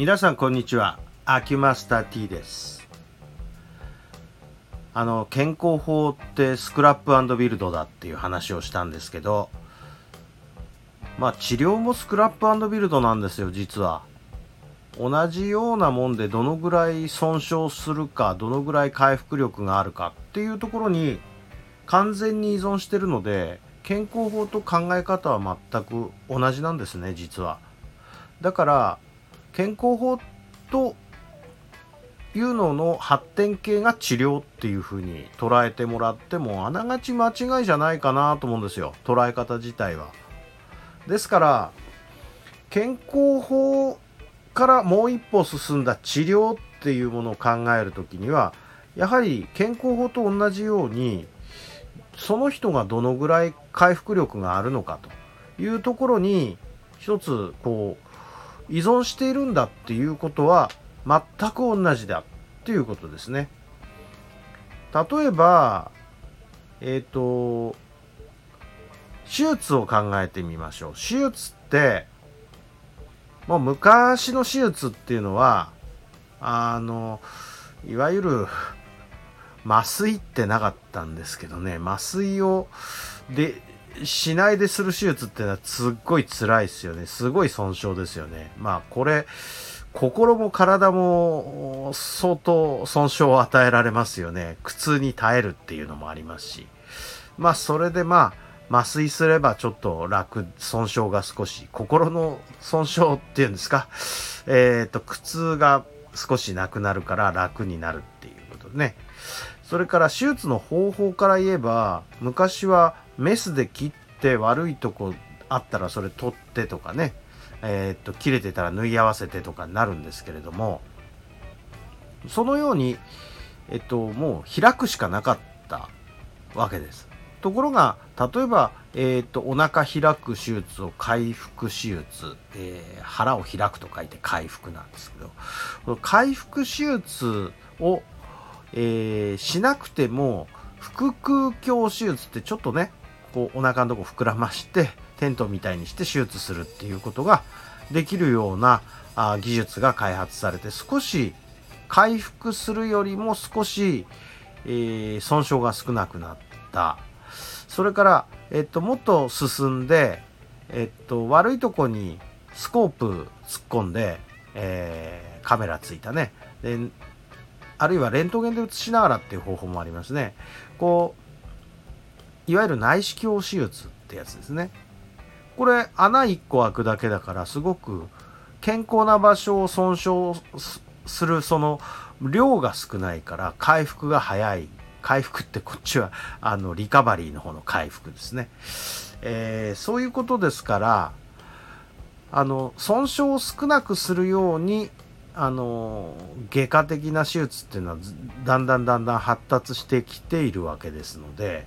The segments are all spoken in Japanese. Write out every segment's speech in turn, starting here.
皆さんこんにちは。アキュマスター T です。健康法ってスクラップ&ビルドだっていう話をしたんですけど、治療もスクラップ&ビルドなんですよ。実は同じようなもんで、どのぐらい損傷するか、どのぐらい回復力があるかっていうところに完全に依存してるので、健康法と考え方は全く同じなんですね。実はだから健康法というのの発展系が治療っていう風に捉えてもらってもあながち間違いじゃないかなと思うんですよ、捉え方自体は。ですから健康法からもう一歩進んだ治療っていうものを考えるときには、やはり健康法と同じようにその人がどのぐらい回復力があるのかというところに一つ依存しているんだっていうことは全く同じだっていうことですね。例えば手術を考えてみましょう。手術ってもう昔の手術っていうのはいわゆる麻酔ってなかったんですけどね、麻酔をしないでする手術ってのはすっごい辛いですよね。すごい損傷ですよね。これ心も体も相当損傷を与えられますよね。苦痛に耐えるっていうのもありますし、それで麻酔すればちょっと損傷が少し、心の損傷っていうんですか、苦痛が少しなくなるから楽になるっていうことでね。それから手術の方法から言えば、昔はメスで切って悪いとこあったらそれ取ってとかね、切れてたら縫い合わせてとかになるんですけれども、そのように、もう開くしかなかったわけです。ところが例えば、お腹開く手術を開腹手術、腹を開くと書いて開腹なんですけど、この開腹手術をしなくても腹腔鏡手術ってちょっとね、お腹のとこ膨らましてテントみたいにして手術するっていうことができるような技術が開発されて、少し回復するよりも少し、損傷が少なくなった。それから、もっと進んで、悪いとこにスコープ突っ込んで、カメラついたね、であるいはレントゲンで写しながらっていう方法もありますね。いわゆる内視鏡手術ってやつですね。これ穴1個開くだけだから、すごく健康な場所を損傷するその量が少ないから回復が早い。回復ってこっちはリカバリーの方の回復ですね。そういうことですから、損傷を少なくするように外科的な手術っていうのはだんだん発達してきているわけですので、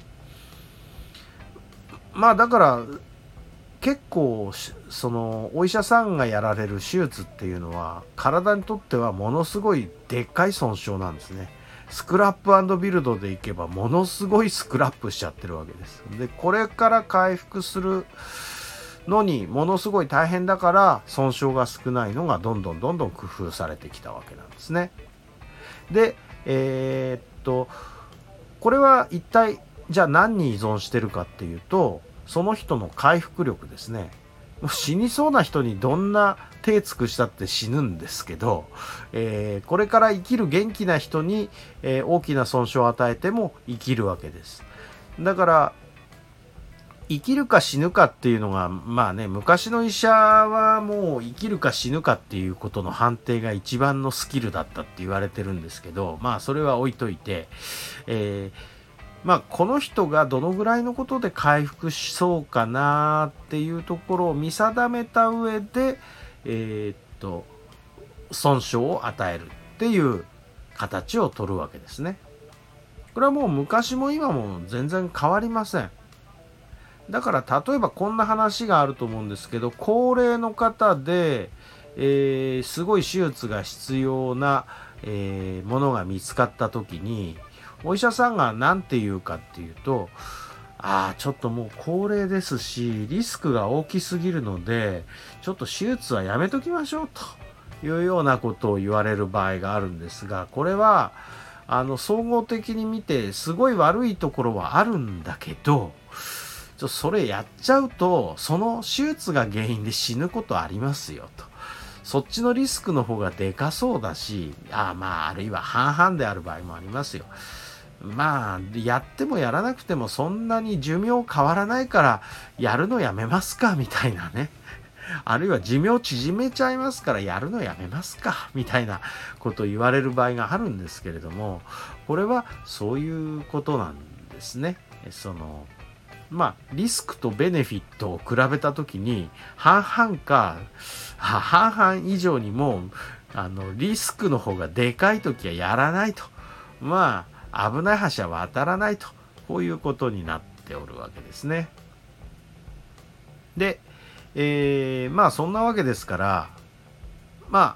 だから結構そのお医者さんがやられる手術っていうのは体にとってはものすごいでっかい損傷なんですね。スクラップ&ビルドでいけばものすごいスクラップしちゃってるわけです。でこれから回復するのにものすごい大変だから、損傷が少ないのがどんどん工夫されてきたわけなんですね。でこれは一体じゃあ何に依存してるかっていうと、その人の回復力ですね。死にそうな人にどんな手尽くしたって死ぬんですけど、これから生きる元気な人に、大きな損傷を与えても生きるわけです。だから生きるか死ぬかっていうのが昔の医者はもう生きるか死ぬかっていうことの判定が一番のスキルだったって言われてるんですけど、それは置いといて、この人がどのぐらいのことで回復しそうかなっていうところを見定めた上で、損傷を与えるっていう形を取るわけですね。これはもう昔も今も全然変わりません。だから例えばこんな話があると思うんですけど、高齢の方で、すごい手術が必要な、ものが見つかった時にお医者さんが何て言うかっていうと、ちょっともう高齢ですしリスクが大きすぎるのでちょっと手術はやめときましょうというようなことを言われる場合があるんですが、これは総合的に見てすごい悪いところはあるんだけど、それやっちゃうとその手術が原因で死ぬことありますよと。そっちのリスクの方がでかそうだし、あるいは半々である場合もありますよ。やってもやらなくてもそんなに寿命変わらないからやるのやめますかみたいなね。あるいは寿命縮めちゃいますからやるのやめますかみたいなことを言われる場合があるんですけれども、これはそういうことなんですね。リスクとベネフィットを比べたときに半々以上にもリスクの方がでかいときはやらないと、危ない橋は渡らないと、こういうことになっておるわけですね。で、そんなわけですから、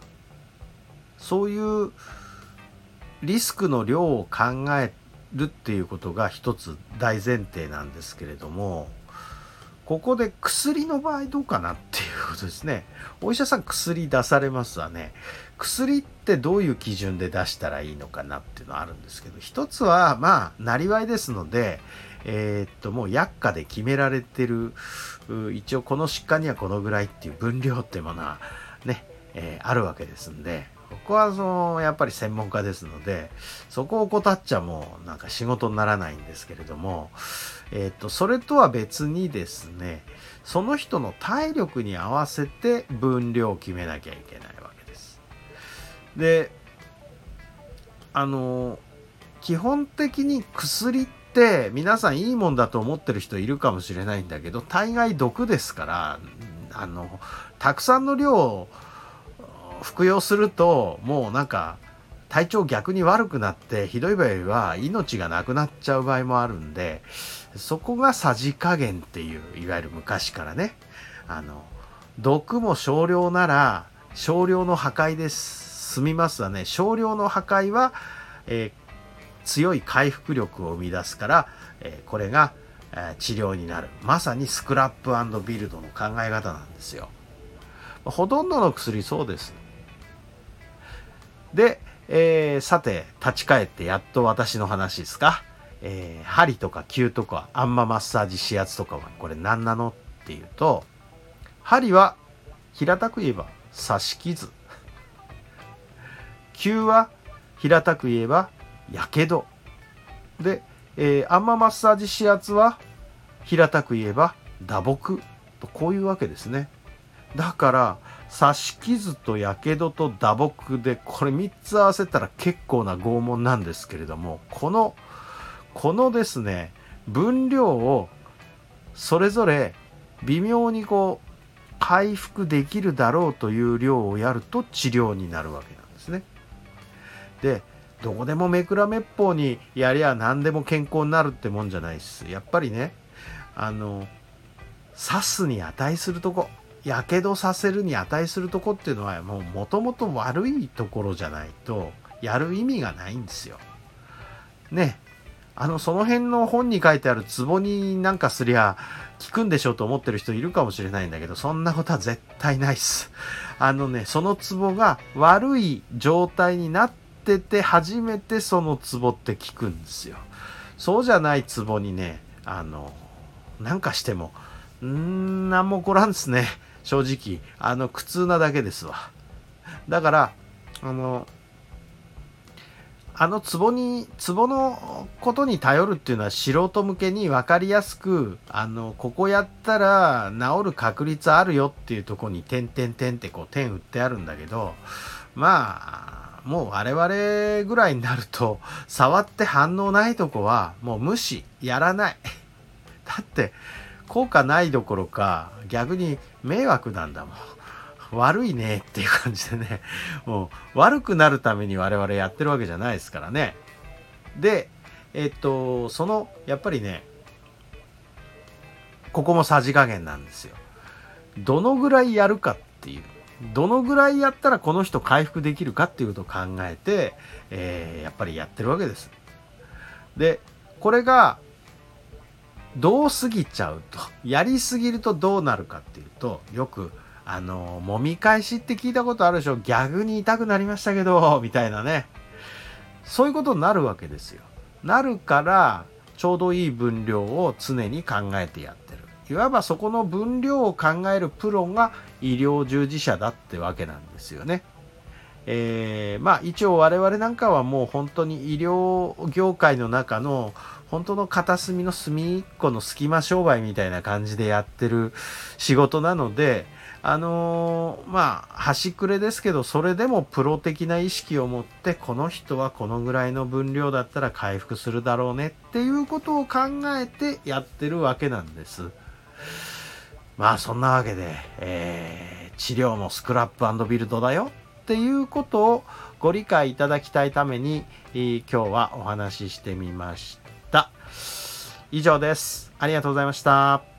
そういうリスクの量を考えるっていうことが一つ大前提なんですけれども、ここで薬の場合どうかなっていうことですね。お医者さん薬出されますわね。薬ってどういう基準で出したらいいのかなっていうのはあるんですけど、一つはなりわいですので、もう薬価で決められてる、一応この疾患にはこのぐらいっていう分量っていうものはね、あるわけですんで、ここはやっぱり専門家ですので、そこを怠っちゃもうなんか仕事にならないんですけれども、それとは別にですね、その人の体力に合わせて分量を決めなきゃいけないわけです。で、基本的に薬って皆さんいいもんだと思ってる人いるかもしれないんだけど、大概毒ですから、たくさんの量を服用するともうなんか体調逆に悪くなって、ひどい場合は命がなくなっちゃう場合もあるんで、そこがさじ加減っていう、いわゆる昔からね、毒も少量なら少量の破壊で済みますわね。少量の破壊は、強い回復力を生み出すから、これが、治療になる。まさにスクラップ&ビルドの考え方なんですよ。ほとんどの薬そうです。で、さて立ち返ってやっと私の話ですか。針とか灸とかあんまマッサージ指圧とかはこれ何なのっていうと、針は平たく言えば刺し傷、灸は平たく言えばやけどで、あんまマッサージ指圧は平たく言えば打撲と、こういうわけですね。だから刺し傷とやけどと打撲でこれ3つ合わせたら結構な拷問なんですけれども、このですね分量をそれぞれ微妙に回復できるだろうという量をやると治療になるわけなんですね。で、どこでもめくらめっぽうにやりゃ何でも健康になるってもんじゃないです。やっぱりね、刺すに値するとこ、やけどさせるに値するとこっていうのはもともと悪いところじゃないとやる意味がないんですよ。ね、その辺の本に書いてあるツボになんかすりゃ効くんでしょうと思ってる人いるかもしれないんだけど、そんなことは絶対ないっす。そのツボが悪い状態になってて初めてそのツボって効くんですよ。そうじゃないツボにね、なんかしてもなんも起こらんですね。正直苦痛なだけですわ。だからツボのことに頼るっていうのは素人向けに分かりやすくここやったら治る確率あるよっていうところに点々点って点打ってあるんだけど、もう我々ぐらいになると触って反応ないとこはもう無視、やらない。だって効果ないどころか逆に迷惑なんだもん。悪いねっていう感じでね、もう悪くなるために我々やってるわけじゃないですからね。で、やっぱりね、ここもさじ加減なんですよ。どのぐらいやるかっていう、どのぐらいやったらこの人回復できるかっていうことを考えて、やっぱりやってるわけです。で、これがどう過ぎちゃうと、やりすぎるとどうなるかっていうと、よく揉み返しって聞いたことあるでしょ。逆に痛くなりましたけど、みたいなね。そういうことになるわけですよ。なるから、ちょうどいい分量を常に考えてやってる。いわばそこの分量を考えるプロが医療従事者だってわけなんですよね。一応我々なんかはもう本当に医療業界の中の本当の片隅の隅っこの隙間商売みたいな感じでやってる仕事なので、端くれですけど、それでもプロ的な意識を持って、この人はこのぐらいの分量だったら回復するだろうねっていうことを考えてやってるわけなんです。そんなわけで、治療もスクラップ&ビルドだよっていうことをご理解いただきたいために、今日はお話ししてみました。以上です。ありがとうございました。